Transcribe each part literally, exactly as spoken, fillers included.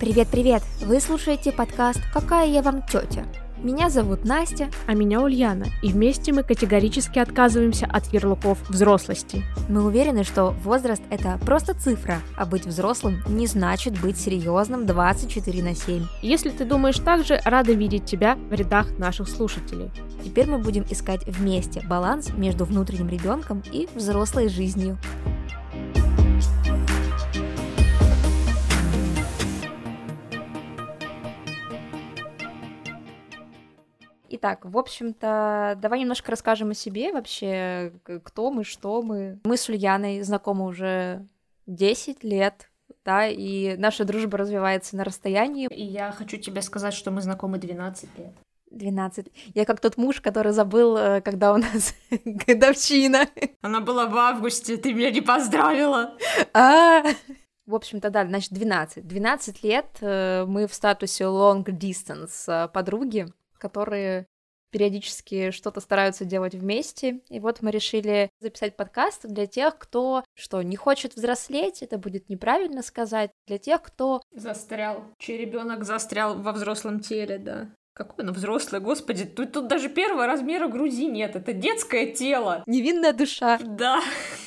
Привет-привет! Вы слушаете подкаст «Какая я вам тетя?». Меня зовут Настя. А меня Ульяна. И вместе мы категорически отказываемся от ярлыков взрослости. Мы уверены, что возраст – это просто цифра, а быть взрослым не значит быть серьезным двадцать четыре на семь. Если ты думаешь так же, рада видеть тебя в рядах наших слушателей. Теперь мы будем искать вместе баланс между внутренним ребенком и взрослой жизнью. Итак, в общем-то, давай немножко расскажем о себе вообще, кто мы, что мы. Мы с Ульяной знакомы уже десять лет, да, и наша дружба развивается на расстоянии. И я хочу тебе сказать, что мы знакомы двенадцать лет. двенадцать. Я как тот муж, который забыл, когда у нас годовщина. Она была в августе, ты меня не поздравила. А, в общем-то, да, значит, двенадцать. двенадцать лет мы в статусе long distance подруги, которые периодически что-то стараются делать вместе. И вот мы решили записать подкаст для тех, кто, что, не хочет взрослеть, это будет неправильно сказать, для тех, кто... Застрял. Чей ребенок застрял во взрослом теле, да. Какой оно взрослое, господи, тут, тут даже первого размера груди нет, это детское тело. Невинная душа. Да.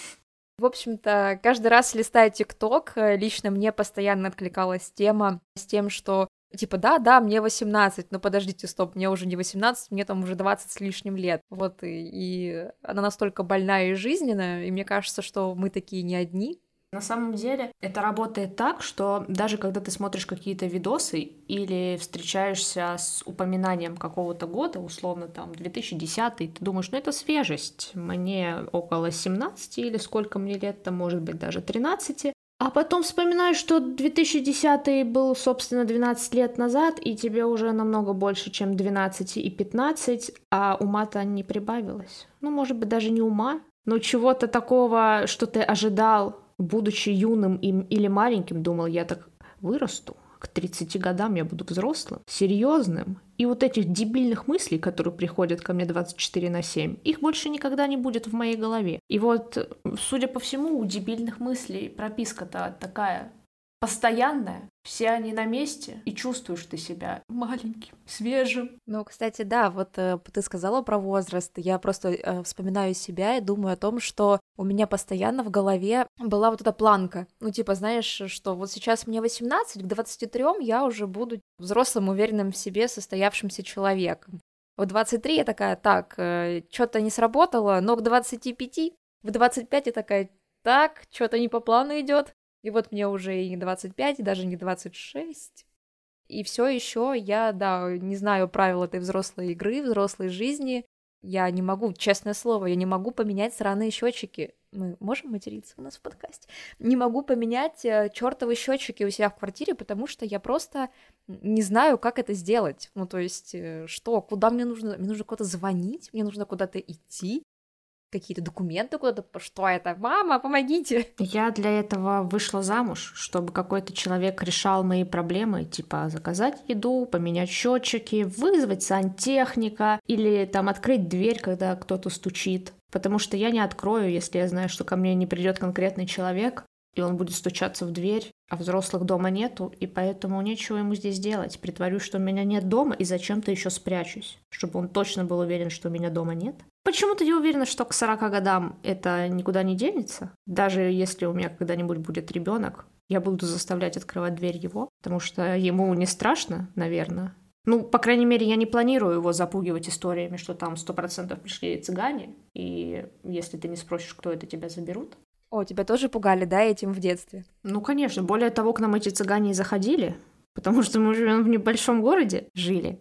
В общем-то, каждый раз листая ТикТок, лично мне постоянно откликалась тема с тем, что типа, да, да, мне восемнадцать, но подождите, стоп, мне уже не восемнадцать, мне там уже двадцать с лишним лет. Вот, и, и она настолько больная и жизненная, и мне кажется, что мы такие не одни. На самом деле это работает так, что даже когда ты смотришь какие-то видосы или встречаешься с упоминанием какого-то года, условно там две тысячи десятый, ты думаешь, ну это свежесть, мне около семнадцати или сколько мне лет, там может быть даже тринадцати, а потом вспоминаешь, что две тысячи десятый был, собственно, двенадцать лет назад, и тебе уже намного больше, чем двенадцать и пятнадцать, а ума-то не прибавилось. Ну, может быть, даже не ума, но чего-то такого, что ты ожидал, будучи юным или маленьким, думал, я так вырасту, к тридцати годам я буду взрослым, серьезным. И вот этих дебильных мыслей, которые приходят ко мне двадцать четыре на семь, их больше никогда не будет в моей голове. И вот, судя по всему, у дебильных мыслей прописка-то такая постоянная, все они на месте, и чувствуешь ты себя маленьким, свежим. Ну, кстати, да, вот э, ты сказала про возраст, я просто э, вспоминаю себя и думаю о том, что у меня постоянно в голове была вот эта планка, ну, типа, знаешь, что вот сейчас мне восемнадцать, к двадцати трём я уже буду взрослым, уверенным в себе, состоявшимся человеком. В двадцать три я такая, так, э, что-то не сработало, но к двадцати пяти, в двадцать пять я такая, так, что-то не по плану идет. И вот мне уже и не двадцать пять, и даже не двадцать шесть. И все еще я, да, не знаю правил этой взрослой игры, взрослой жизни. Я не могу, честное слово, я не могу поменять сраные счетчики. Мы можем материться у нас в подкасте? Не могу поменять чертовы счетчики у себя в квартире, потому что я просто не знаю, как это сделать. Ну, то есть, что, куда мне нужно? Мне нужно куда-то звонить, мне нужно куда-то идти. Какие-то документы куда-то, что это? Мама, помогите! Я для этого вышла замуж, чтобы какой-то человек решал мои проблемы, типа заказать еду, поменять счетчики, вызвать сантехника или там открыть дверь, когда кто-то стучит. Потому что я не открою, если я знаю, что ко мне не придет конкретный человек, и он будет стучаться в дверь, а взрослых дома нету, и поэтому нечего ему здесь делать. Притворюсь, что меня нет дома, и зачем-то еще спрячусь, чтобы он точно был уверен, что меня дома нет. Почему-то я уверена, что к сорока годам это никуда не денется. Даже если у меня когда-нибудь будет ребенок, я буду заставлять открывать дверь его, потому что ему не страшно, наверное. Ну, по крайней мере, я не планирую его запугивать историями, что там сто процентов пришли цыгане, и если ты не спросишь, кто это, тебя заберут. О, тебя тоже пугали, да, этим в детстве? Ну, конечно. Более того, к нам эти цыгане и заходили, потому что мы живем в небольшом городе, жили.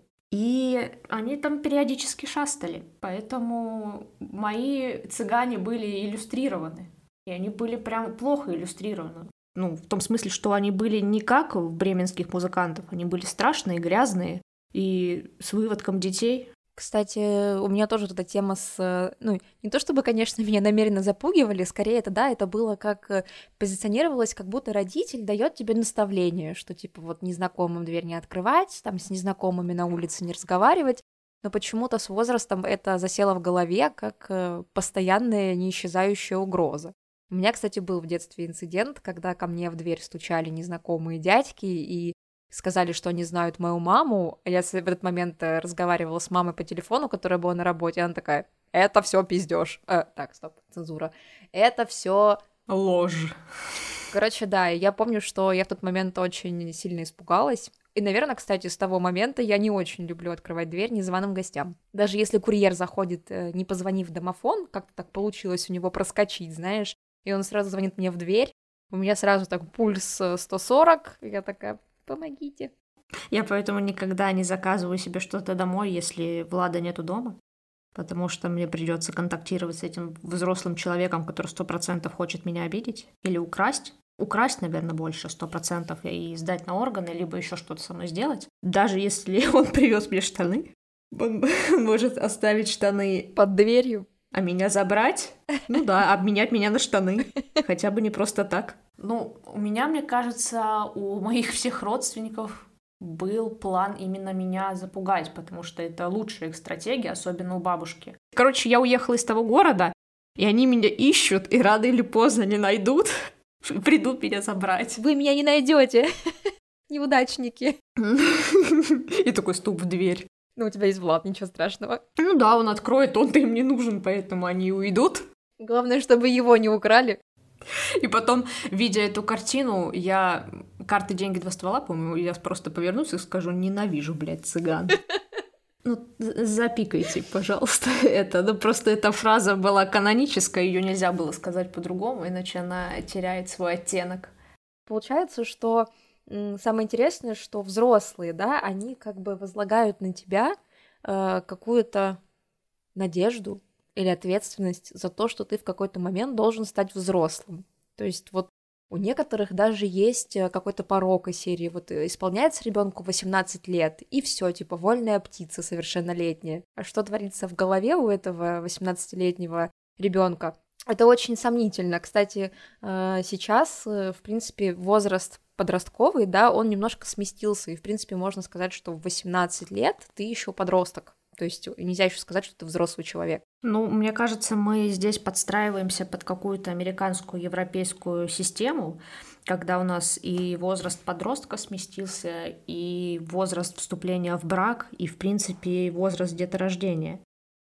И они там периодически шастали. Поэтому мои цыгане были иллюстрированы. И они были прям плохо иллюстрированы. Ну, в том смысле, что они были не как в бременских музыкантов. Они были страшные, грязные и с выводком детей. Кстати, у меня тоже вот эта тема с... Ну, не то чтобы, конечно, меня намеренно запугивали, скорее это, да, это было как позиционировалось, как будто родитель дает тебе наставление, что, типа, вот незнакомым дверь не открывать, там, с незнакомыми на улице не разговаривать, но почему-то с возрастом это засело в голове как постоянная неисчезающая угроза. У меня, кстати, был в детстве инцидент, когда ко мне в дверь стучали незнакомые дядьки, и сказали, что они знают мою маму, а я в этот момент э, разговаривала с мамой по телефону, которая была на работе, и она такая, это все пиздеж. Э, так, стоп, цензура. Это все ложь. Короче, да, я помню, что я в тот момент очень сильно испугалась. И, наверное, кстати, с того момента я не очень люблю открывать дверь незваным гостям. Даже если курьер заходит, не позвонив в домофон, как-то так получилось у него проскочить, знаешь, и он сразу звонит мне в дверь, у меня сразу так пульс сто сорок, и я такая, помогите. Я поэтому никогда не заказываю себе что-то домой, если Влада нету дома, потому что мне придется контактировать с этим взрослым человеком, который сто процентов хочет меня обидеть или украсть. Украсть, наверное, больше, сто процентов, и сдать на органы, либо еще что-то со мной сделать. Даже если он привез мне штаны, он может оставить штаны под дверью, а меня забрать. Ну да, обменять меня на штаны. Хотя бы не просто так. Ну, у меня, мне кажется, у моих всех родственников был план именно меня запугать, потому что это лучшая их стратегия, особенно у бабушки. Короче, я уехала из того города, и они меня ищут, и рано или поздно не найдут. Придут меня забрать. Вы меня не найдете, неудачники. И такой стук в дверь. Ну, у тебя есть Влад, ничего страшного. Ну да, он откроет, он-то им не нужен, поэтому они уйдут. Главное, чтобы его не украли. И потом, видя эту картину, я... Карты, деньги, два ствола, по-моему, я просто повернусь и скажу, ненавижу, блядь, цыган. Ну, запикайте, пожалуйста, это. Ну, просто эта фраза была каноническая, ее нельзя было сказать по-другому, иначе она теряет свой оттенок. Получается, что м, самое интересное, что взрослые, да, они как бы возлагают на тебя э, какую-то надежду или ответственность за то, что ты в какой-то момент должен стать взрослым. То есть вот у некоторых даже есть какой-то порок из серии, вот исполняется ребенку восемнадцать лет, и все, типа вольная птица совершеннолетняя. А что творится в голове у этого восемнадцатилетнего ребенка? Это очень сомнительно. Кстати, сейчас, в принципе, возраст подростковый, да, он немножко сместился, и, в принципе, можно сказать, что в восемнадцать лет ты еще подросток. То есть нельзя еще сказать, что ты взрослый человек. Ну, мне кажется, мы здесь подстраиваемся под какую-то американскую, европейскую систему, когда у нас и возраст подростка сместился, и возраст вступления в брак, и, в принципе, возраст деторождения.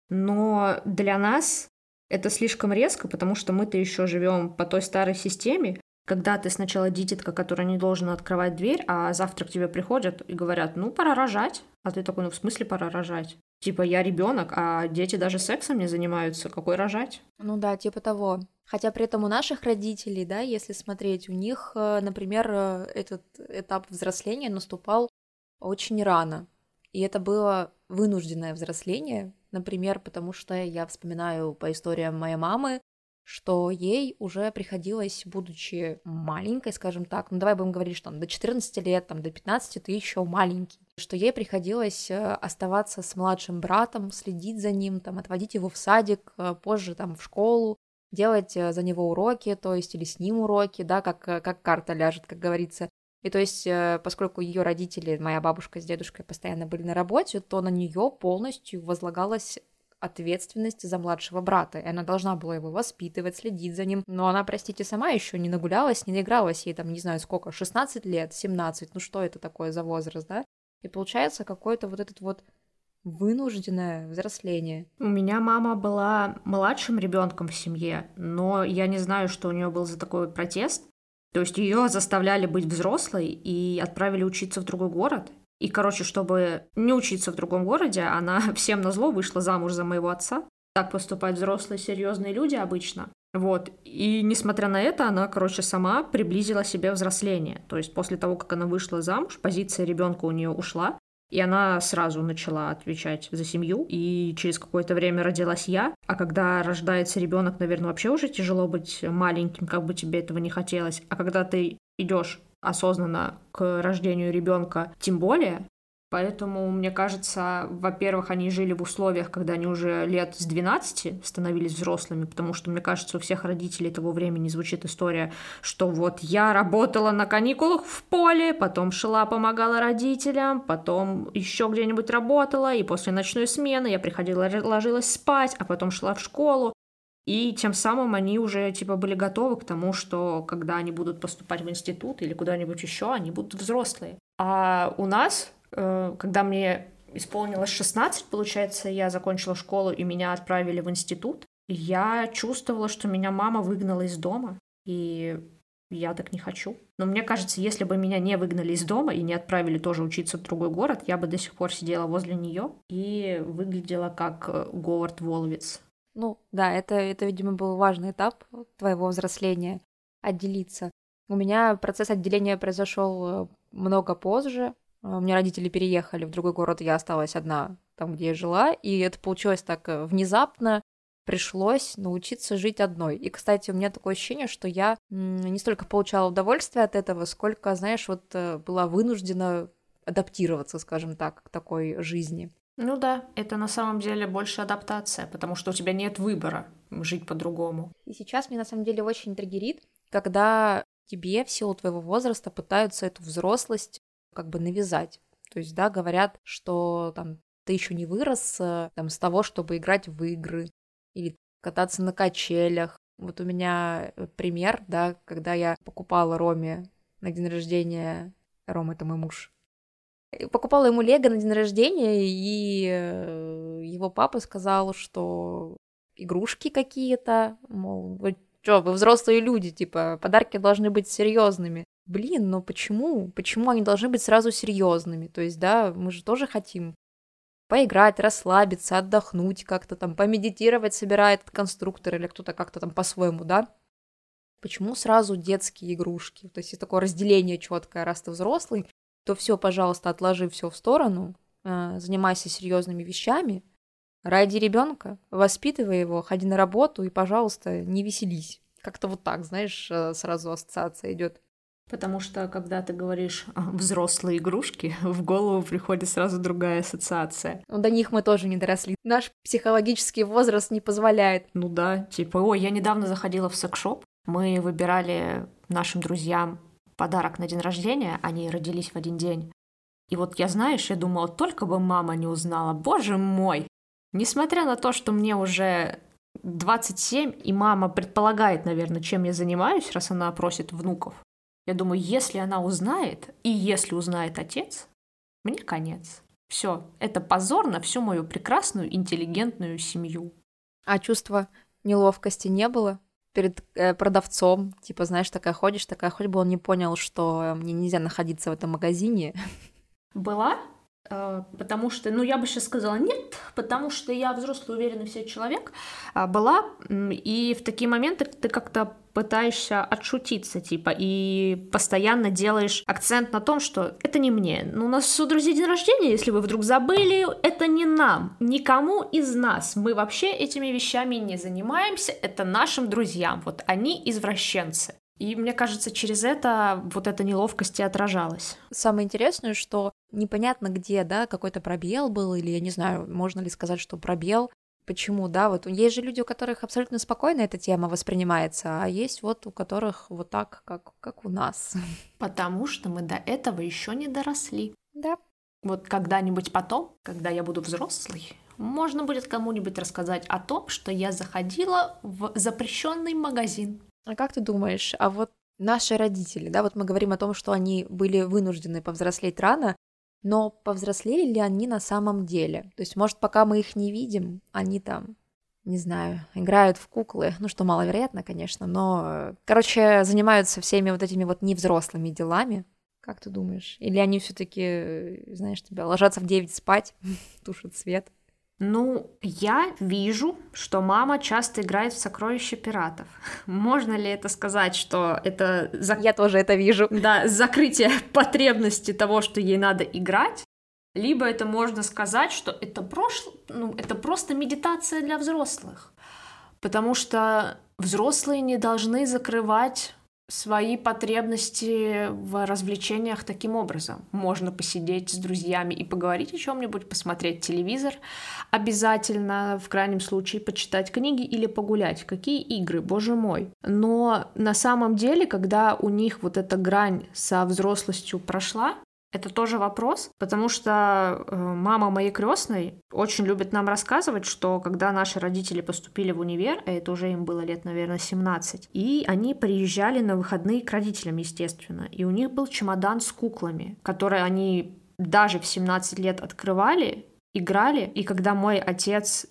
Но для нас это слишком резко, потому что мы-то еще живем по той старой системе, когда ты сначала дитятка, которая не должна открывать дверь, а завтра к тебе приходят и говорят, ну, пора рожать. А ты такой, ну, в смысле пора рожать? Типа, я ребенок, а дети даже сексом не занимаются. Какой рожать? Ну да, типа того. Хотя при этом у наших родителей, да, если смотреть, у них, например, этот этап взросления наступал очень рано. И это было вынужденное взросление, например, потому что я вспоминаю по историям моей мамы, что ей уже приходилось, будучи маленькой, скажем так, ну давай будем говорить, что до четырнадцати лет, там, до пятнадцати ты еще маленький, что ей приходилось оставаться с младшим братом, следить за ним, там, отводить его в садик, позже там в школу, делать за него уроки, то есть или с ним уроки, да, как, как карта ляжет, как говорится. И то есть, поскольку ее родители, моя бабушка с дедушкой постоянно были на работе, то на нее полностью возлагалось ответственность за младшего брата, и она должна была его воспитывать, следить за ним, но она, простите, сама еще не нагулялась, не наигралась, ей там, не знаю сколько, шестнадцать лет, семнадцать, ну что это такое за возраст, да? И получается какое-то вот этот вот вынужденное взросление. У меня мама была младшим ребенком в семье, но я не знаю, что у нее был за такой протест. То есть ее заставляли быть взрослой и отправили учиться в другой город. И, короче, чтобы не учиться в другом городе, она всем назло вышла замуж за моего отца. Так поступают взрослые, серьезные люди обычно. Вот. И, несмотря на это, она, короче, сама приблизила себе взросление. То есть после того, как она вышла замуж, позиция ребенка у нее ушла, и она сразу начала отвечать за семью, и через какое-то время родилась я. А когда рождается ребенок, наверное, вообще уже тяжело быть маленьким, как бы тебе этого не хотелось. А когда ты идешь осознанно к рождению ребенка, тем более. Поэтому, мне кажется, во-первых, они жили в условиях, когда они уже лет с двенадцати становились взрослыми, потому что, мне кажется, у всех родителей того времени звучит история, что вот я работала на каникулах в поле, потом шла, помогала родителям, потом еще где-нибудь работала, и после ночной смены я приходила, ложилась спать, а потом шла в школу. И тем самым они уже типа были готовы к тому, что когда они будут поступать в институт или куда-нибудь еще, они будут взрослые. А у нас, э, когда мне исполнилось шестнадцать, получается, я закончила школу и меня отправили в институт, я чувствовала, что меня мама выгнала из дома, и я так не хочу. Но мне кажется, если бы меня не выгнали из дома и не отправили тоже учиться в другой город, я бы до сих пор сидела возле нее и выглядела как э, Говард Воловиц. Ну, да, это, это, видимо, был важный этап твоего взросления — отделиться. У меня процесс отделения произошел много позже. У меня родители переехали в другой город, я осталась одна там, где я жила, и это получилось так э, внезапно. Пришлось научиться жить одной. И, кстати, у меня такое ощущение, что я м, не столько получала удовольствие от этого, сколько, знаешь, вот э, была вынуждена адаптироваться, скажем так, к такой жизни. Ну да, это на самом деле больше адаптация, потому что у тебя нет выбора жить по-другому. И сейчас мне на самом деле очень триггерит, когда тебе в силу твоего возраста пытаются эту взрослость как бы навязать. То есть, да, говорят, что там ты еще не вырос э, там, с того, чтобы играть в игры или кататься на качелях. Вот у меня э, пример, да, когда я покупала Роме на день рождения, Рома — это мой муж, и покупала ему лего на день рождения, и э, его папа сказал, что игрушки какие-то, мол, вы что, вы взрослые люди, типа, подарки должны быть серьезными. Блин, ну почему? Почему они должны быть сразу серьезными? То есть, да, мы же тоже хотим поиграть, расслабиться, отдохнуть, как-то там помедитировать, собирая этот конструктор, или кто-то как-то там по-своему, да? Почему сразу детские игрушки? То есть есть такое разделение четкое: раз ты взрослый, то все, пожалуйста, отложи все в сторону, э, занимайся серьезными вещами, ради ребенка, воспитывай его, ходи на работу и, пожалуйста, не веселись. Как-то вот так, знаешь, э, сразу ассоциация идет. Потому что, когда ты говоришь а, взрослые игрушки, в голову приходит сразу другая ассоциация. Но до них мы тоже не доросли. Наш психологический возраст не позволяет. Ну да, типа, ой, я недавно заходила в секс-шоп, мы выбирали нашим друзьям подарок на день рождения, они родились в один день. И вот я, знаешь, я думала, только бы мама не узнала, боже мой! Несмотря на то, что мне уже двадцать семь, и мама предполагает, наверное, чем я занимаюсь, раз она просит внуков, я думаю, если она узнает, и если узнает отец, мне конец. Все, это позор на всю мою прекрасную, интеллигентную семью. А чувства неловкости не было перед э, продавцом? Типа, знаешь, такая ходишь, такая, хоть бы он не понял, что мне нельзя находиться в этом магазине. Была, э, потому что, ну, я бы сейчас сказала нет, потому что я взрослый, уверенный в себе человек. А, была, и в такие моменты ты как-то пытаешься отшутиться, типа, и постоянно делаешь акцент на том, что это не мне. Ну, у нас у друзей день рождения, если вы вдруг забыли, это не нам, никому из нас. Мы вообще этими вещами не занимаемся, это нашим друзьям. Вот они извращенцы. И мне кажется, через это вот эта неловкость и отражалась. Самое интересное, что непонятно где, да, какой-то пробел был, или, я не знаю, можно ли сказать, что пробел. Почему, да, вот есть же люди, у которых абсолютно спокойно эта тема воспринимается, а есть вот у которых вот так, как, как у нас. Потому что мы до этого еще не доросли. Да. Вот когда-нибудь потом, когда я буду взрослый, можно будет кому-нибудь рассказать о том, что я заходила в запрещенный магазин. А как ты думаешь, а вот наши родители, да, вот мы говорим о том, что они были вынуждены повзрослеть рано, но повзрослели ли они на самом деле? То есть, может, пока мы их не видим, они там, не знаю, играют в куклы, ну, что маловероятно, конечно, но, короче, занимаются всеми вот этими вот невзрослыми делами. Как ты думаешь? Или они все-таки, знаешь, тебя ложатся в девять спать, тушат свет? Ну, я вижу, что мама часто играет в сокровища пиратов. Можно ли это сказать, что это... Зак... Я тоже это вижу. Да, закрытие потребности того, что ей надо играть. Либо это можно сказать, что это, прош... ну, это просто медитация для взрослых. Потому что взрослые не должны закрывать свои потребности в развлечениях таким образом. Можно посидеть с друзьями и поговорить о чем-нибудь, посмотреть телевизор, обязательно, в крайнем случае, почитать книги или погулять. Какие игры, боже мой. Но на самом деле, когда у них вот эта грань со взрослостью прошла, Это тоже вопрос, потому что э, мама моей крестной очень любит нам рассказывать, что когда наши родители поступили в универ, а это уже им было лет, наверное, семнадцать, и они приезжали на выходные к родителям, естественно, и у них был чемодан с куклами, которые они даже в семнадцать лет открывали, играли, и когда мой отец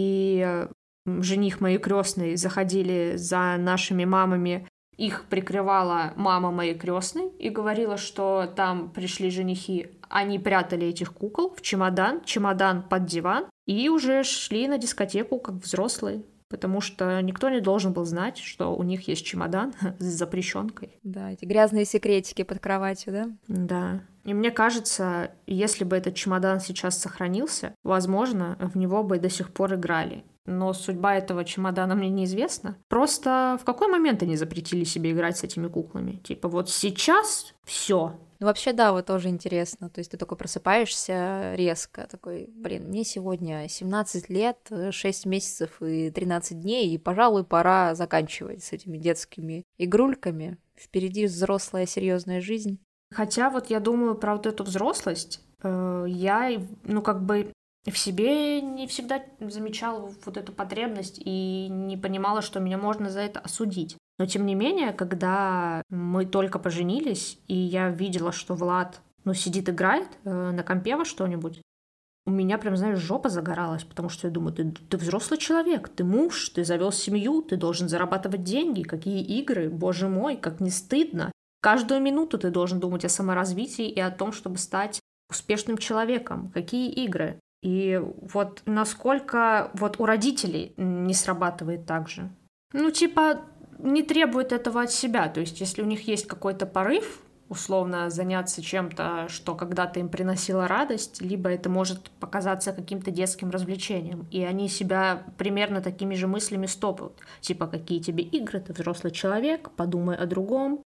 и жених моей крестной заходили за нашими мамами, их прикрывала мама моей крестной и говорила, что там пришли женихи. Они прятали этих кукол в чемодан, чемодан под диван, и уже шли на дискотеку как взрослые, потому что никто не должен был знать, что у них есть чемодан с запрещенкой. Да, эти грязные секретики под кроватью, да? Да. И мне кажется, если бы этот чемодан сейчас сохранился, возможно, в него бы до сих пор играли. Но судьба этого чемодана мне неизвестна. Просто в какой момент они запретили себе играть с этими куклами? Типа вот сейчас все. Ну, вообще, да, вот тоже интересно. То есть ты такой просыпаешься резко, такой, блин, мне сегодня семнадцать лет, шесть месяцев и тринадцать дней, и, пожалуй, пора заканчивать с этими детскими игрульками. Впереди взрослая серьезная жизнь. Хотя вот я думаю про вот эту взрослость, э, я, ну, как бы в себе не всегда замечала вот эту потребность и не понимала, что меня можно за это осудить. Но тем не менее, когда мы только поженились, и я видела, что Влад, ну, сидит, играет э, на компе во что-нибудь, у меня прям, знаешь, жопа загоралась, потому что я думаю, ты, ты взрослый человек, ты муж, ты завел семью, ты должен зарабатывать деньги, какие игры, боже мой, как не стыдно. Каждую минуту ты должен думать о саморазвитии и о том, чтобы стать успешным человеком. Какие игры? И вот насколько вот у родителей не срабатывает так же. Ну, типа, не требует этого от себя. То есть, если у них есть какой-то порыв, условно, заняться чем-то, что когда-то им приносило радость, либо это может показаться каким-то детским развлечением. И они себя примерно такими же мыслями стопают. Типа, какие тебе игры, ты взрослый человек, подумай о другом.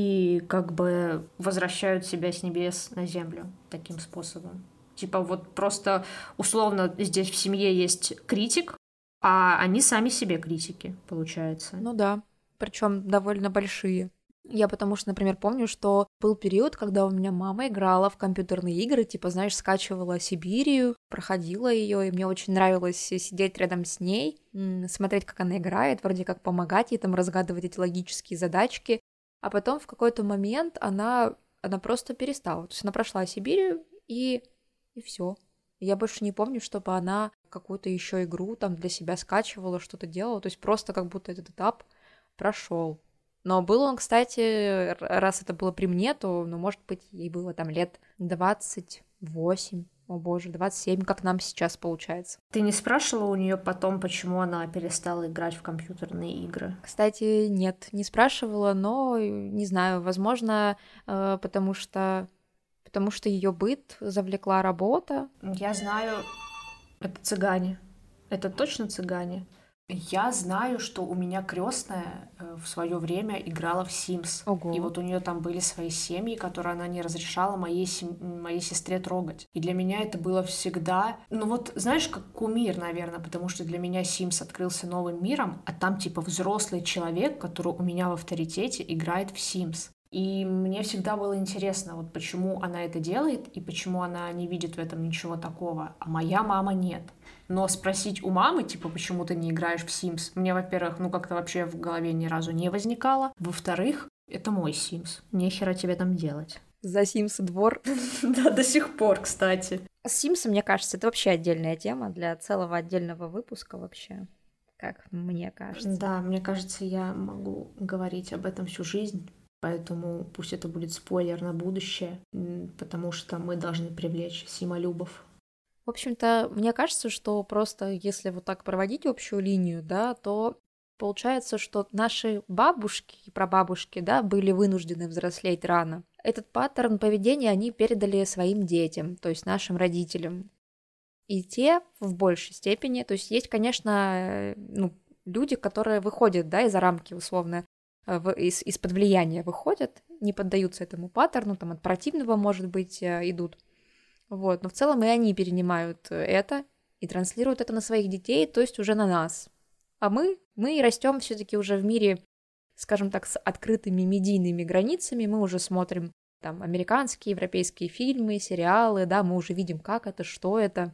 И как бы возвращают себя с небес на землю таким способом. Типа вот просто условно здесь в семье есть критик, а они сами себе критики, получается. Ну да, причем довольно большие. Я потому что, например, помню, что был период, когда у меня мама играла в компьютерные игры, типа, знаешь, скачивала Сибирию, проходила ее, и мне очень нравилось сидеть рядом с ней, смотреть, как она играет, вроде как помогать ей там разгадывать эти логические задачки. А потом в какой-то момент она, она просто перестала. То есть она прошла Сибирию, и, и все. Я больше не помню, чтобы она какую-то еще игру там для себя скачивала, что-то делала. То есть просто как будто этот этап прошел. Но был он, кстати, раз это было при мне, то, ну, может быть, ей было там лет двадцать восемь. О боже, двадцать семь, как нам сейчас получается. Ты не спрашивала у нее потом, почему она перестала играть в компьютерные игры? Кстати, нет, не спрашивала, но не знаю, возможно, потому что потому что ее быт завлекла работа. Я знаю, это цыгане. Это точно цыгане. Я знаю, что у меня крестная в свое время играла в Sims. Ого. И вот у нее там были свои семьи, которые она не разрешала моей, сем... моей сестре трогать. И для меня это было всегда... Ну вот, знаешь, как кумир, наверное, потому что для меня Sims открылся новым миром, а там типа взрослый человек, который у меня в авторитете, играет в Sims. И мне всегда было интересно, вот почему она это делает и почему она не видит в этом ничего такого, а моя мама нет. Но спросить у мамы, типа, почему ты не играешь в Sims, мне, во-первых, ну как-то вообще в голове ни разу не возникало. Во-вторых, это мой Sims. Нехера тебе там делать. За Sims двор. Да, до сих пор, кстати. Sims, мне кажется, это вообще отдельная тема для целого отдельного выпуска вообще, как мне кажется. Да, мне кажется, я могу говорить об этом всю жизнь. Поэтому пусть это будет спойлер на будущее, потому что мы должны привлечь симолюбов. В общем-то, мне кажется, что просто если вот так проводить общую линию, да, то получается, что наши бабушки и прабабушки, да, были вынуждены взрослеть рано. Этот паттерн поведения они передали своим детям, то есть нашим родителям. И те в большей степени, то есть есть, конечно, ну, люди, которые выходят, да, из-за рамки условно, В, из, из-под влияния выходят, не поддаются этому паттерну, там от противного, может быть, идут. Вот. Но в целом и они перенимают это и транслируют это на своих детей, то есть уже на нас. А мы, мы растем все-таки уже в мире, скажем так, с открытыми медийными границами, мы уже смотрим там американские, европейские фильмы, сериалы, да, мы уже видим, как это, что это,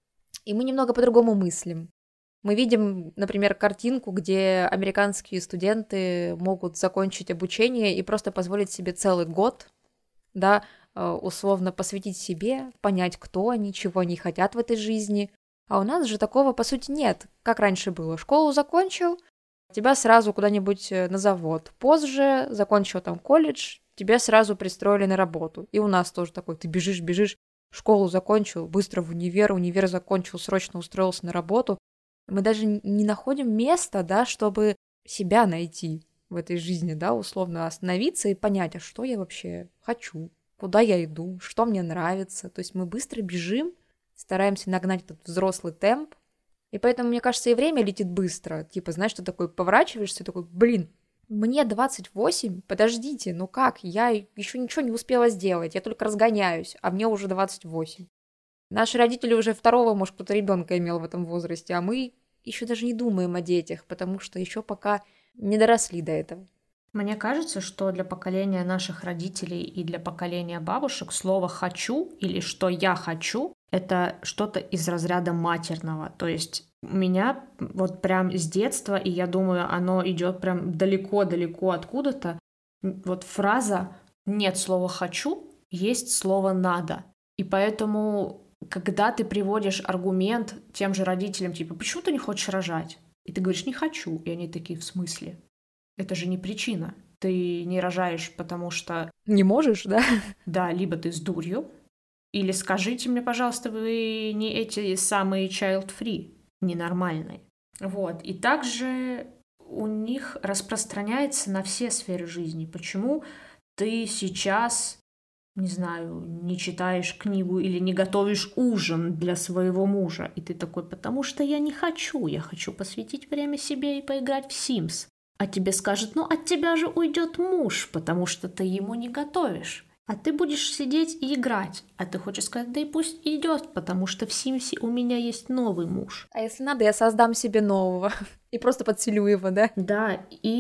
и мы немного по-другому мыслим. Мы видим, например, картинку, где американские студенты могут закончить обучение и просто позволить себе целый год, да, условно посвятить себе, понять, кто они, чего они хотят в этой жизни. А у нас же такого, по сути, нет. Как раньше было. Школу закончил, тебя сразу куда-нибудь на завод. Позже закончил там колледж, тебя сразу пристроили на работу. И у нас тоже такой, ты бежишь, бежишь, школу закончил, быстро в универ, универ закончил, срочно устроился на работу. Мы даже не находим места, да, чтобы себя найти в этой жизни, да, условно остановиться и понять, а что я вообще хочу, куда я иду, что мне нравится. То есть мы быстро бежим, стараемся нагнать этот взрослый темп, и поэтому, мне кажется, и время летит быстро. Типа, знаешь, ты такой поворачиваешься, и такой, блин, мне двадцать восемь, подождите, ну как, я еще ничего не успела сделать, я только разгоняюсь, а мне уже двадцать восемь. Наши родители уже второго, может, кто-то ребенка имел в этом возрасте, а мы еще даже не думаем о детях, потому что еще пока не доросли до этого. Мне кажется, что для поколения наших родителей и для поколения бабушек слово «хочу» или «что я хочу» — это что-то из разряда матерного. То есть у меня вот прям с детства, и я думаю, оно идет прям далеко-далеко откуда-то, вот фраза «нет слова «хочу», есть слово «надо». И поэтому, когда ты приводишь аргумент тем же родителям, типа «почему ты не хочешь рожать?» И ты говоришь «не хочу», и они такие «в смысле?» Это же не причина. Ты не рожаешь, потому что... Не можешь, да? Да, либо ты с дурью, или скажите мне, пожалуйста, вы не эти самые child-free, ненормальные. Вот. И также у них распространяется на все сферы жизни. Почему ты сейчас, не знаю, не читаешь книгу или не готовишь ужин для своего мужа? И ты такой, потому что я не хочу, я хочу посвятить время себе и поиграть в Sims. А тебе скажут, ну от тебя же уйдет муж, потому что ты ему не готовишь. А ты будешь сидеть и играть. А ты хочешь сказать, да и пусть идет, потому что в Симсе у меня есть новый муж. А если надо, я создам себе нового и просто подселю его, да? Да,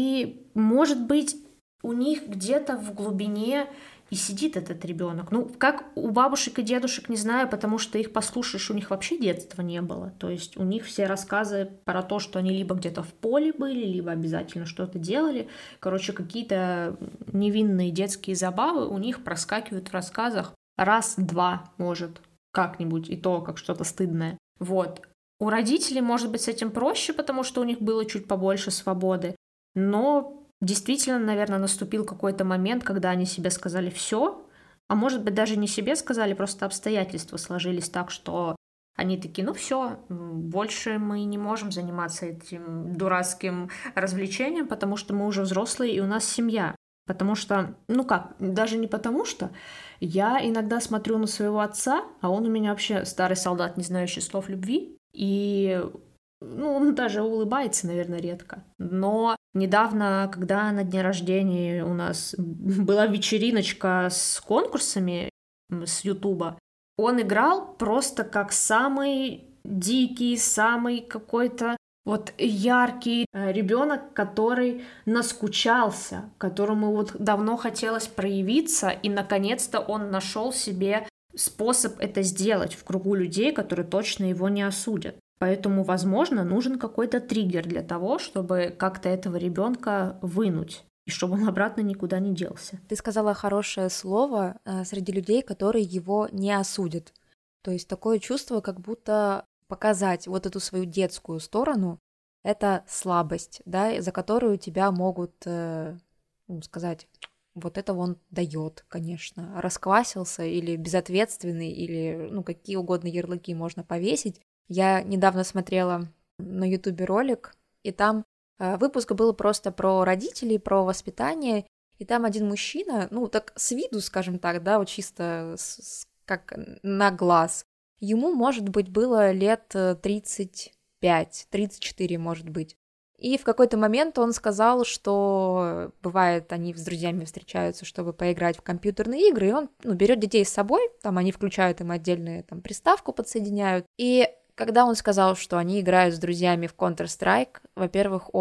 и может быть у них где-то в глубине и сидит этот ребенок. Ну, как у бабушек и дедушек, не знаю, потому что их послушаешь, у них вообще детства не было. То есть у них все рассказы про то, что они либо где-то в поле были, либо обязательно что-то делали. Короче, какие-то невинные детские забавы у них проскакивают в рассказах раз-два, может, как-нибудь, и то, как что-то стыдное. Вот. У родителей, может быть, с этим проще, потому что у них было чуть побольше свободы, но... Действительно, наверное, наступил какой-то момент, когда они себе сказали «все», а может быть, даже не себе сказали, просто обстоятельства сложились так, что они такие, ну все, больше мы не можем заниматься этим дурацким развлечением, потому что мы уже взрослые и у нас семья. Потому что, ну как, даже не потому что, я иногда смотрю на своего отца, а он у меня вообще старый солдат, не знающий слов любви, и... Ну, он даже улыбается, наверное, редко. Но недавно, когда на дне рождения у нас была вечериночка с конкурсами с Ютуба, он играл просто как самый дикий, самый какой-то вот яркий ребенок, который наскучался, которому вот давно хотелось проявиться, и наконец-то он нашел себе способ это сделать в кругу людей, которые точно его не осудят. Поэтому, возможно, нужен какой-то триггер для того, чтобы как-то этого ребенка вынуть, и чтобы он обратно никуда не делся. Ты сказала хорошее слово э, среди людей, которые его не осудят. То есть такое чувство, как будто показать вот эту свою детскую сторону — это слабость, да, за которую тебя могут э, ну, сказать, вот это он дает, конечно, расквасился или безответственный, или ну, какие угодно ярлыки можно повесить. Я недавно смотрела на Ютубе ролик, и там э, выпуск был просто про родителей, про воспитание, и там один мужчина, ну, так с виду, скажем так, да, вот чисто с, с, как на глаз, ему, может быть, было лет тридцать пять, тридцать четыре, может быть. И в какой-то момент он сказал, что бывает, они с друзьями встречаются, чтобы поиграть в компьютерные игры, и он ну, берет детей с собой, там они включают им отдельную там, приставку, подсоединяют, и когда он сказал, что они играют с друзьями в Counter-Strike, во-первых, он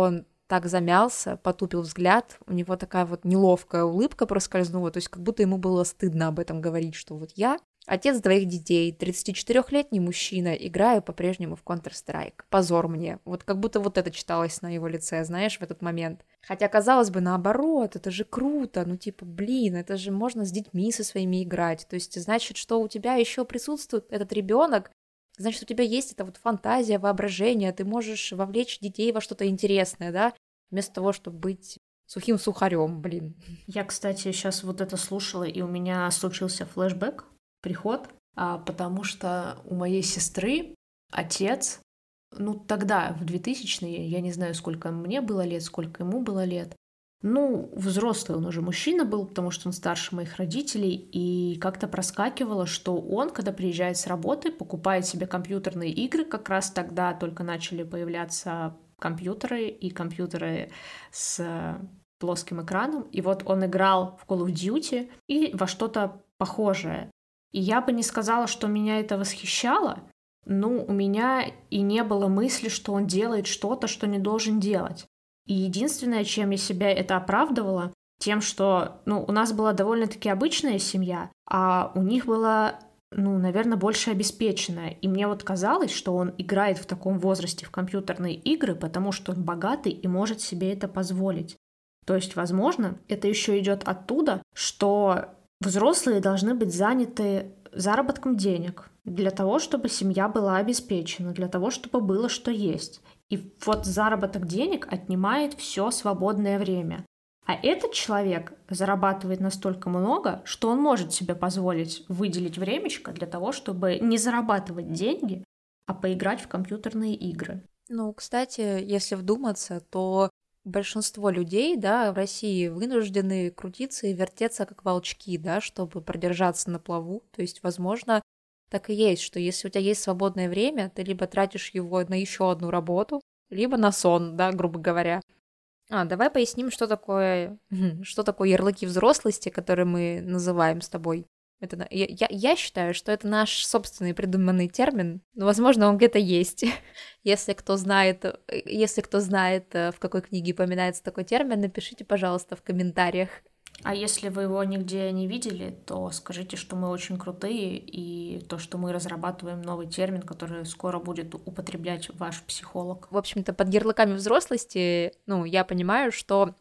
так замялся, потупил взгляд, у него такая вот неловкая улыбка проскользнула, то есть как будто ему было стыдно об этом говорить, что вот я, отец двоих детей, тридцатичетырёхлетний мужчина, играю по-прежнему в Counter-Strike. Позор мне. Вот как будто вот это читалось на его лице, знаешь, в этот момент. Хотя, казалось бы, наоборот, это же круто, ну типа, блин, это же можно с детьми со своими играть. То есть, значит, что у тебя еще присутствует этот ребенок, значит, у тебя есть эта вот фантазия, воображение, ты можешь вовлечь детей во что-то интересное, да, вместо того, чтобы быть сухим сухарем, блин. Я, кстати, сейчас вот это слушала, и у меня случился флешбэк, приход, а, потому что у моей сестры отец, ну тогда, в двухтысячные, я не знаю, сколько мне было лет, сколько ему было лет, ну, взрослый он уже мужчина был, потому что он старше моих родителей, и как-то проскакивало, что он, когда приезжает с работы, покупает себе компьютерные игры, как раз тогда только начали появляться компьютеры, и компьютеры с плоским экраном, и вот он играл в Call of Duty и во что-то похожее. И я бы не сказала, что меня это восхищало, но у меня и не было мысли, что он делает что-то, что не должен делать. И единственное, чем я себя это оправдывала, тем, что, ну, у нас была довольно-таки обычная семья, а у них была, ну, наверное, больше обеспеченная. И мне вот казалось, что он играет в таком возрасте в компьютерные игры, потому что он богатый и может себе это позволить. То есть, возможно, это еще идет оттуда, что взрослые должны быть заняты заработком денег для того, чтобы семья была обеспечена, для того, чтобы было что есть. И вот заработок денег отнимает все свободное время. А этот человек зарабатывает настолько много, что он может себе позволить выделить времечко для того, чтобы не зарабатывать деньги, а поиграть в компьютерные игры. Ну, кстати, если вдуматься, то большинство людей, да, в России вынуждены крутиться и вертеться как волчки, да, чтобы продержаться на плаву. То есть, возможно, так и есть, что если у тебя есть свободное время, ты либо тратишь его на еще одну работу, либо на сон, да, грубо говоря. А, давай поясним, что такое, что такое ярлыки взрослости, которые мы называем с тобой. Это, я, я, я считаю, что это наш собственный придуманный термин, но, возможно, он где-то есть. Если кто знает, если кто знает, в какой книге упоминается такой термин, напишите, пожалуйста, в комментариях. А если вы его нигде не видели, то скажите, что мы очень крутые, и то, что мы разрабатываем новый термин, который скоро будет употреблять ваш психолог. В общем-то, под ярлыками взрослости, ну, я понимаю, что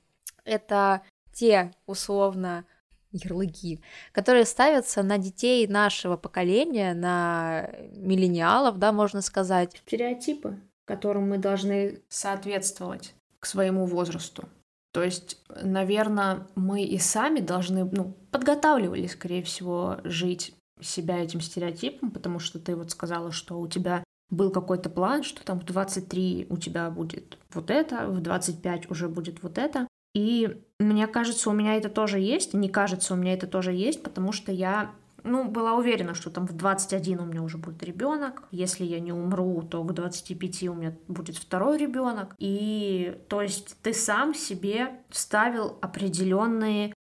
это те, условно, ярлыки, которые ставятся на детей нашего поколения, на миллениалов, да, можно сказать. Стереотипы, которым мы должны соответствовать к своему возрасту. То есть, наверное, мы и сами должны, ну, подготавливали, скорее всего, жить себя этим стереотипом, потому что ты вот сказала, что у тебя был какой-то план, что там в двадцать три у тебя будет вот это, в двадцать пять уже будет вот это. И мне кажется, у меня это тоже есть, не кажется, у меня это тоже есть, потому что я, ну, была уверена, что там в двадцать один у меня уже будет ребенок. Если я не умру, то к двадцати пяти у меня будет второй ребенок. И то есть ты сам себе ставил определенные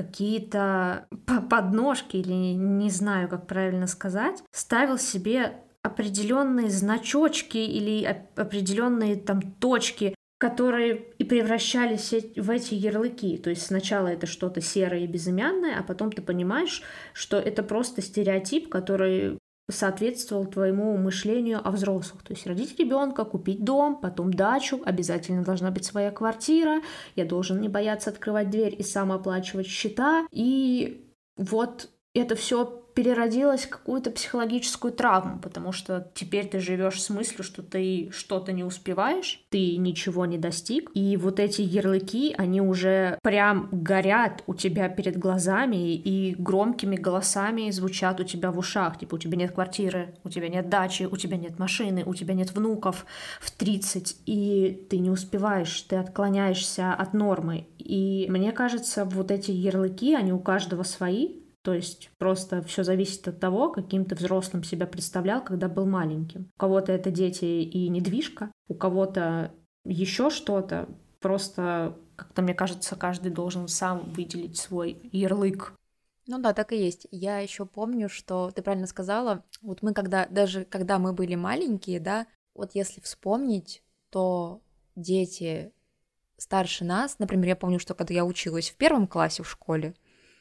какие-то подножки, или не знаю, как правильно сказать, ставил себе определенные значочки или определенные там точки, которые и превращались в эти ярлыки. То есть сначала это что-то серое и безымянное, а потом ты понимаешь, что это просто стереотип, который соответствовал твоему мышлению о взрослых. То есть родить ребенка, купить дом, потом дачу, обязательно должна быть своя квартира, я должен не бояться открывать дверь и сам оплачивать счета. И вот это все переродилось в какую-то психологическую травму, потому что теперь ты живешь с мыслью, что ты что-то не успеваешь, ты ничего не достиг, и вот эти ярлыки, они уже прям горят у тебя перед глазами и громкими голосами звучат у тебя в ушах, типа у тебя нет квартиры, у тебя нет дачи, у тебя нет машины, у тебя нет внуков в тридцать, и ты не успеваешь, ты отклоняешься от нормы. И мне кажется, вот эти ярлыки, они у каждого свои. То есть просто все зависит от того, каким ты взрослым себя представлял, когда был маленьким. У кого-то это дети и недвижка, у кого-то еще что-то. Просто, как-то мне кажется, каждый должен сам выделить свой ярлык. Ну да, так и есть. Я еще помню, что ты правильно сказала, вот мы когда, даже когда мы были маленькие, да, вот если вспомнить, то дети старше нас, например, я помню, что когда я училась в первом классе в школе,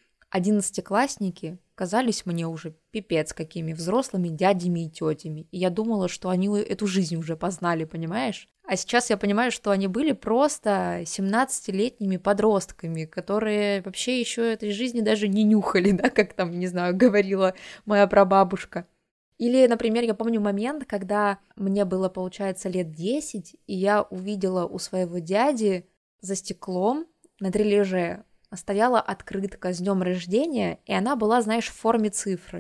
одиннадцатиклассники казались мне уже пипец какими взрослыми дядями и тетями. И я думала, что они эту жизнь уже познали, понимаешь? А сейчас я понимаю, что они были просто семнадцатилетними подростками, которые вообще еще этой жизни даже не нюхали, да, как там, не знаю, говорила моя прабабушка. Или, например, я помню момент, когда мне было, получается, лет десять, и я увидела у своего дяди за стеклом на трележе стояла открытка с днем рождения, и она была, знаешь, в форме цифры.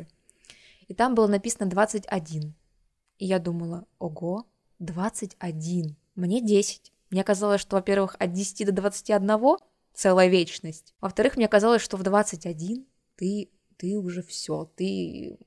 И там было написано двадцать один. И я думала, ого, двадцать один, мне десять. Мне казалось, что, во-первых, от десяти до двадцати одного целая вечность. Во-вторых, мне казалось, что в двадцать один ты, ты уже все, ты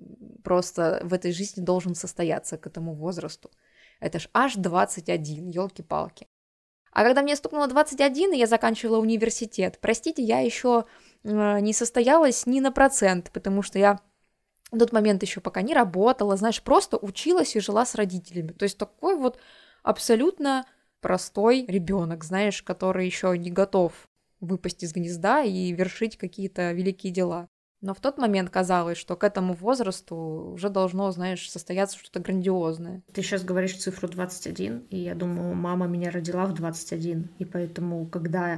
просто в этой жизни должен состояться к этому возрасту. Это ж аж двадцать один, елки-палки. А когда мне стукнуло двадцать один, и я заканчивала университет, простите, я еще э, не состоялась ни на процент, потому что я в тот момент еще пока не работала, знаешь, просто училась и жила с родителями. То есть такой вот абсолютно простой ребенок, знаешь, который еще не готов выпасть из гнезда и вершить какие-то великие дела. Но в тот момент казалось, что к этому возрасту уже должно, знаешь, состояться что-то грандиозное. Ты сейчас говоришь цифру двадцать один, и я думаю, мама меня родила в двадцать один, и поэтому, когда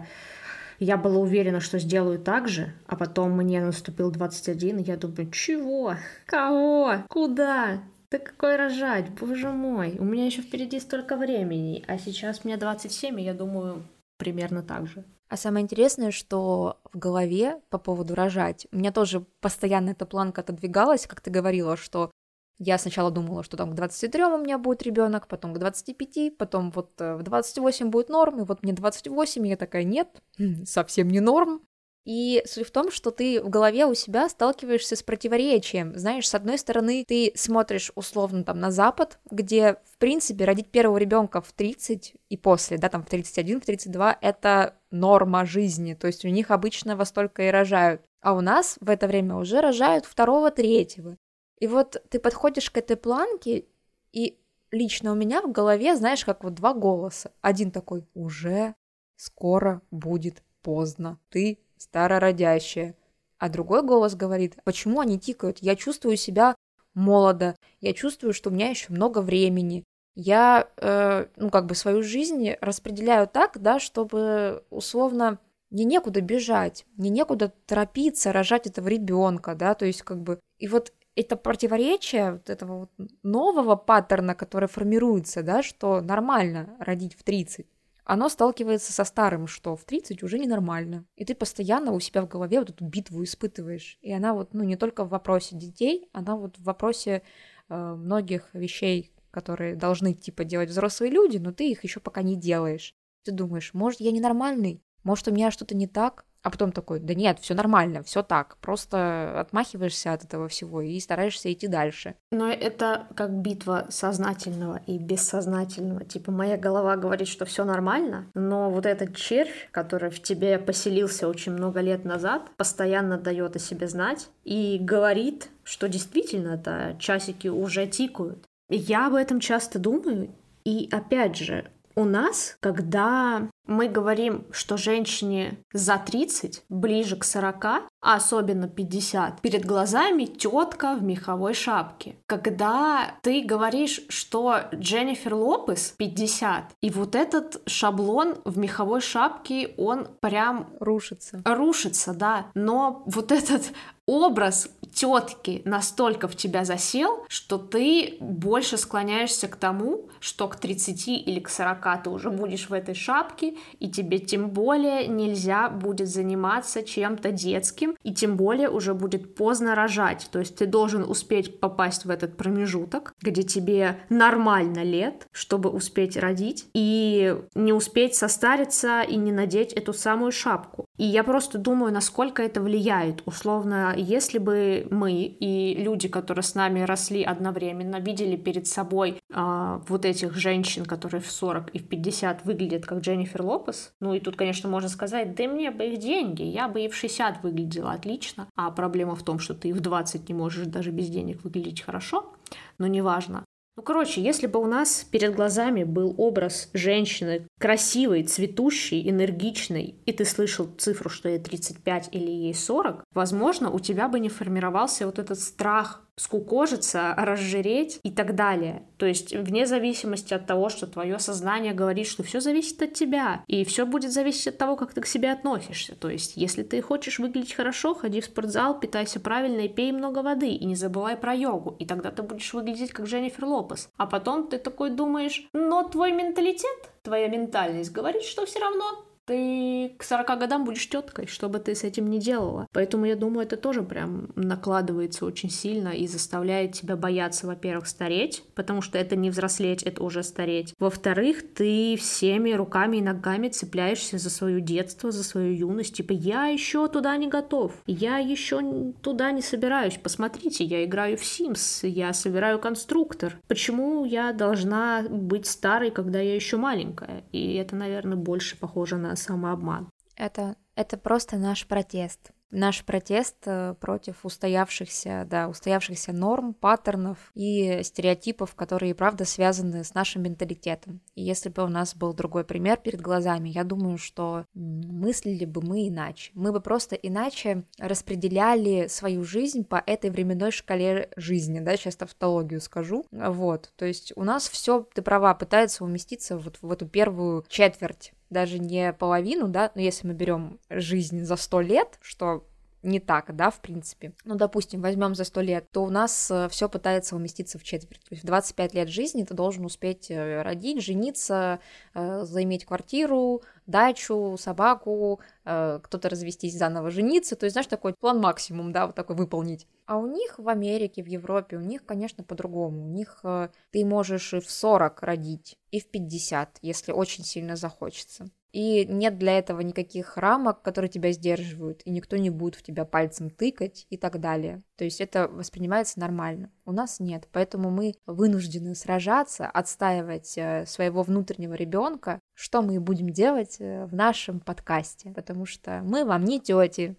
я была уверена, что сделаю так же, а потом мне наступил двадцать один, я думаю, чего? Кого? Куда? Да какой рожать? Боже мой, у меня еще впереди столько времени, а сейчас мне двадцать семь, и я думаю, примерно так же. А самое интересное, что в голове по поводу рожать, у меня тоже постоянно эта планка отодвигалась, как ты говорила, что я сначала думала, что там к двадцати трём у меня будет ребенок, потом к двадцати пяти, потом вот в двадцать восемь будет норм, и вот мне двадцать восемь, и я такая, нет, совсем не норм. И суть в том, что ты в голове у себя сталкиваешься с противоречием. Знаешь, с одной стороны, ты смотришь условно там на Запад, где, в принципе, родить первого ребенка в тридцать и после, да, там в тридцать один, в тридцать два, это норма жизни, то есть у них обычно во столько и рожают. А у нас в это время уже рожают второго, третьего. И вот ты подходишь к этой планке, и лично у меня в голове, знаешь, как вот два голоса. Один такой, уже скоро будет поздно, ты старородящая. А другой голос говорит, почему они тикают? Я чувствую себя молодо, я чувствую, что у меня еще много времени. Я, э, ну, как бы свою жизнь распределяю так, да, чтобы условно мне некуда бежать, мне некуда торопиться рожать этого ребенка, да, то есть как бы... И вот это противоречие вот этого вот нового паттерна, который формируется, да, что нормально родить в тридцать, оно сталкивается со старым, что в тридцать уже ненормально. И ты постоянно у себя в голове вот эту битву испытываешь. И она вот, ну, не только в вопросе детей, она вот в вопросе э, многих вещей, которые должны, типа, делать взрослые люди, но ты их еще пока не делаешь. Ты думаешь, может, я ненормальный? Может, у меня что-то не так? А потом такой, да нет, все нормально, все так. Просто отмахиваешься от этого всего и стараешься идти дальше. Но это как битва сознательного и бессознательного. Типа моя голова говорит, что все нормально, но вот этот червь, который в тебе поселился очень много лет назад, постоянно дает о себе знать и говорит, что действительно-то часики уже тикают. Я об этом часто думаю, и опять же, у нас, когда мы говорим, что женщине за тридцать, ближе к сорока, а особенно пятьдесят, перед глазами тетка в меховой шапке. Когда ты говоришь, что Дженнифер Лопес пятьдесят, и вот этот шаблон в меховой шапке, он прям рушится. Рушится, да. Но вот этот образ тетки настолько в тебя засел, что ты больше склоняешься к тому, что к тридцати или к сорока ты уже будешь в этой шапке, и тебе тем более нельзя будет заниматься чем-то детским, и тем более уже будет поздно рожать. То есть ты должен успеть попасть в этот промежуток, где тебе нормально лет, чтобы успеть родить, и не успеть состариться и не надеть эту самую шапку. И я просто думаю, насколько это влияет. Условно, если бы мы и люди, которые с нами росли одновременно, видели перед собой э, вот этих женщин, которые в сорок и в пятьдесят выглядят как Дженнифер Лопес, ну и тут, конечно, можно сказать, да мне бы их деньги, я бы и в шестьдесят выглядела отлично, а проблема в том, что ты и в двадцать не можешь даже без денег выглядеть хорошо, но неважно. Ну, короче, если бы у нас перед глазами был образ женщины красивой, цветущей, энергичной, и ты слышал цифру, что ей тридцать пять или ей сорок, возможно, у тебя бы не формировался вот этот страх скукожиться, разжиреть и так далее. То есть вне зависимости от того, что твое сознание говорит, что все зависит от тебя, и все будет зависеть от того, как ты к себе относишься. То есть если ты хочешь выглядеть хорошо, ходи в спортзал, питайся правильно и пей много воды, и не забывай про йогу, и тогда ты будешь выглядеть как Дженнифер Лопес. А потом ты такой думаешь, но твой менталитет, твоя ментальность говорит, что все равно ты к сорока годам будешь теткой, что бы ты с этим ни делала. Поэтому я думаю, это тоже прям накладывается очень сильно и заставляет тебя бояться, во-первых, стареть, потому что это не взрослеть, это уже стареть. Во-вторых, ты всеми руками и ногами цепляешься за свое детство, за свою юность. Типа, я еще туда не готов, я еще туда не собираюсь. Посмотрите, я играю в Sims, я собираю конструктор. Почему я должна быть старой, когда я еще маленькая? И это, наверное, больше похоже на самообман. Это, это просто наш протест. Наш протест против устоявшихся, да, устоявшихся норм, паттернов и стереотипов, которые, правда, связаны с нашим менталитетом. И если бы у нас был другой пример перед глазами, я думаю, что мыслили бы мы иначе. Мы бы просто иначе распределяли свою жизнь по этой временной шкале жизни, да, сейчас тавтологию скажу. Вот, то есть у нас все, ты права, пытается уместиться вот в эту первую четверть, даже не половину, да, но если мы берем жизнь за сто лет, что не так, да, в принципе. Ну, допустим, возьмем за сто лет, то у нас все пытается уместиться в четверть. То есть в двадцать пять лет жизни ты должен успеть родить, жениться, заиметь квартиру, дачу, собаку, кто-то развестись, заново жениться. То есть, знаешь, такой план максимум, да, вот такой выполнить. А у них в Америке, в Европе, у них, конечно, по-другому. У них ты можешь и в сорок родить, и в пятьдесят, если очень сильно захочется. И нет для этого никаких рамок, которые тебя сдерживают, и никто не будет в тебя пальцем тыкать и так далее. То есть это воспринимается нормально. У нас нет, поэтому мы вынуждены сражаться, отстаивать своего внутреннего ребенка, что мы и будем делать в нашем подкасте, потому что мы вам не тети.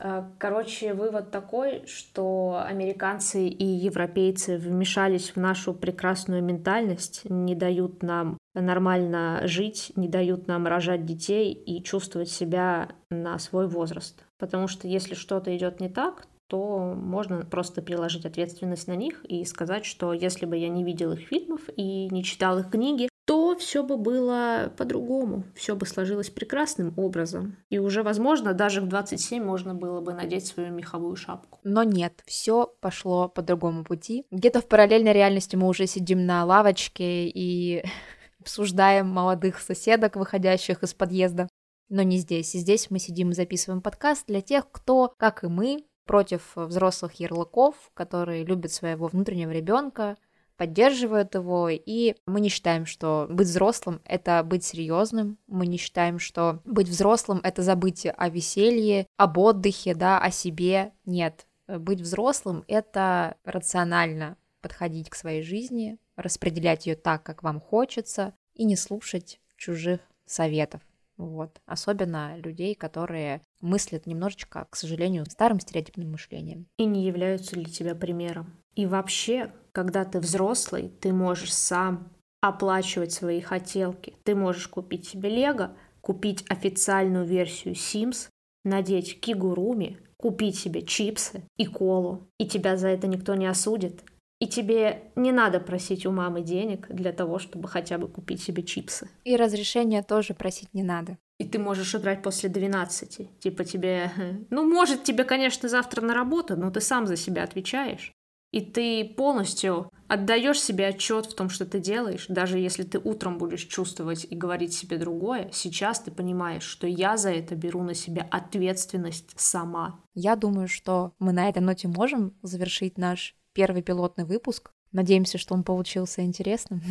Короче, вывод такой, что американцы и европейцы вмешались в нашу прекрасную ментальность, не дают нам нормально жить, не дают нам рожать детей и чувствовать себя на свой возраст. Потому что если что-то идет не так, то можно просто переложить ответственность на них и сказать, что если бы я не видел их фильмов и не читал их книги, то все бы было по-другому, все бы сложилось прекрасным образом. И уже, возможно, даже в двадцать семь можно было бы надеть свою меховую шапку. Но нет, все пошло по другому пути. Где-то в параллельной реальности мы уже сидим на лавочке и обсуждаем молодых соседок, выходящих из подъезда. Но не здесь. И здесь мы сидим и записываем подкаст для тех, кто, как и мы, против взрослых ярлыков, которые любят своего внутреннего ребенка, поддерживают его, и мы не считаем, что быть взрослым — это быть серьезным, мы не считаем, что быть взрослым — это забыть о веселье, об отдыхе, да, о себе. Нет, быть взрослым — это рационально подходить к своей жизни, распределять ее так, как вам хочется, и не слушать чужих советов. Вот. Особенно людей, которые мыслят немножечко, к сожалению, старым стереотипным мышлением. И не являются для тебя примером. И вообще, когда ты взрослый, ты можешь сам оплачивать свои хотелки. Ты можешь купить себе Лего, купить официальную версию Sims, надеть кигуруми, купить себе чипсы и колу. И тебя за это никто не осудит. И тебе не надо просить у мамы денег для того, чтобы хотя бы купить себе чипсы. И разрешения тоже просить не надо. И ты можешь играть после двенадцати. Типа тебе... Ну, может, тебе, конечно, завтра на работу, но ты сам за себя отвечаешь. И ты полностью отдаешь себе отчет в том, что ты делаешь. Даже если ты утром будешь чувствовать и говорить себе другое, сейчас ты понимаешь, что я за это беру на себя ответственность сама. Я думаю, что мы на этой ноте можем завершить наш первый пилотный выпуск. Надеемся, что он получился интересным.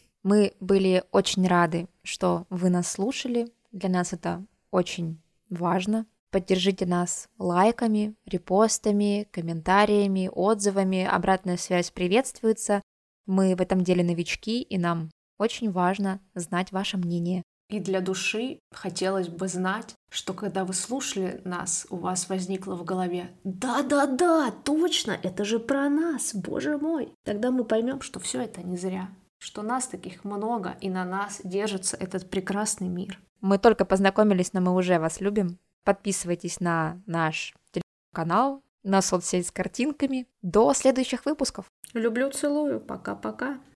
Мы были очень рады, что вы нас слушали. Для нас это очень важно. Поддержите нас лайками, репостами, комментариями, отзывами. Обратная связь приветствуется. Мы в этом деле новички, и нам очень важно знать ваше мнение. И для души хотелось бы знать, что когда вы слушали нас, у вас возникло в голове: да-да-да, точно, это же про нас, боже мой. Тогда мы поймем, что все это не зря, что нас таких много, и на нас держится этот прекрасный мир. Мы только познакомились, но мы уже вас любим. Подписывайтесь на наш телеграм-канал, на соцсеть с картинками. До следующих выпусков. Люблю, целую, пока-пока.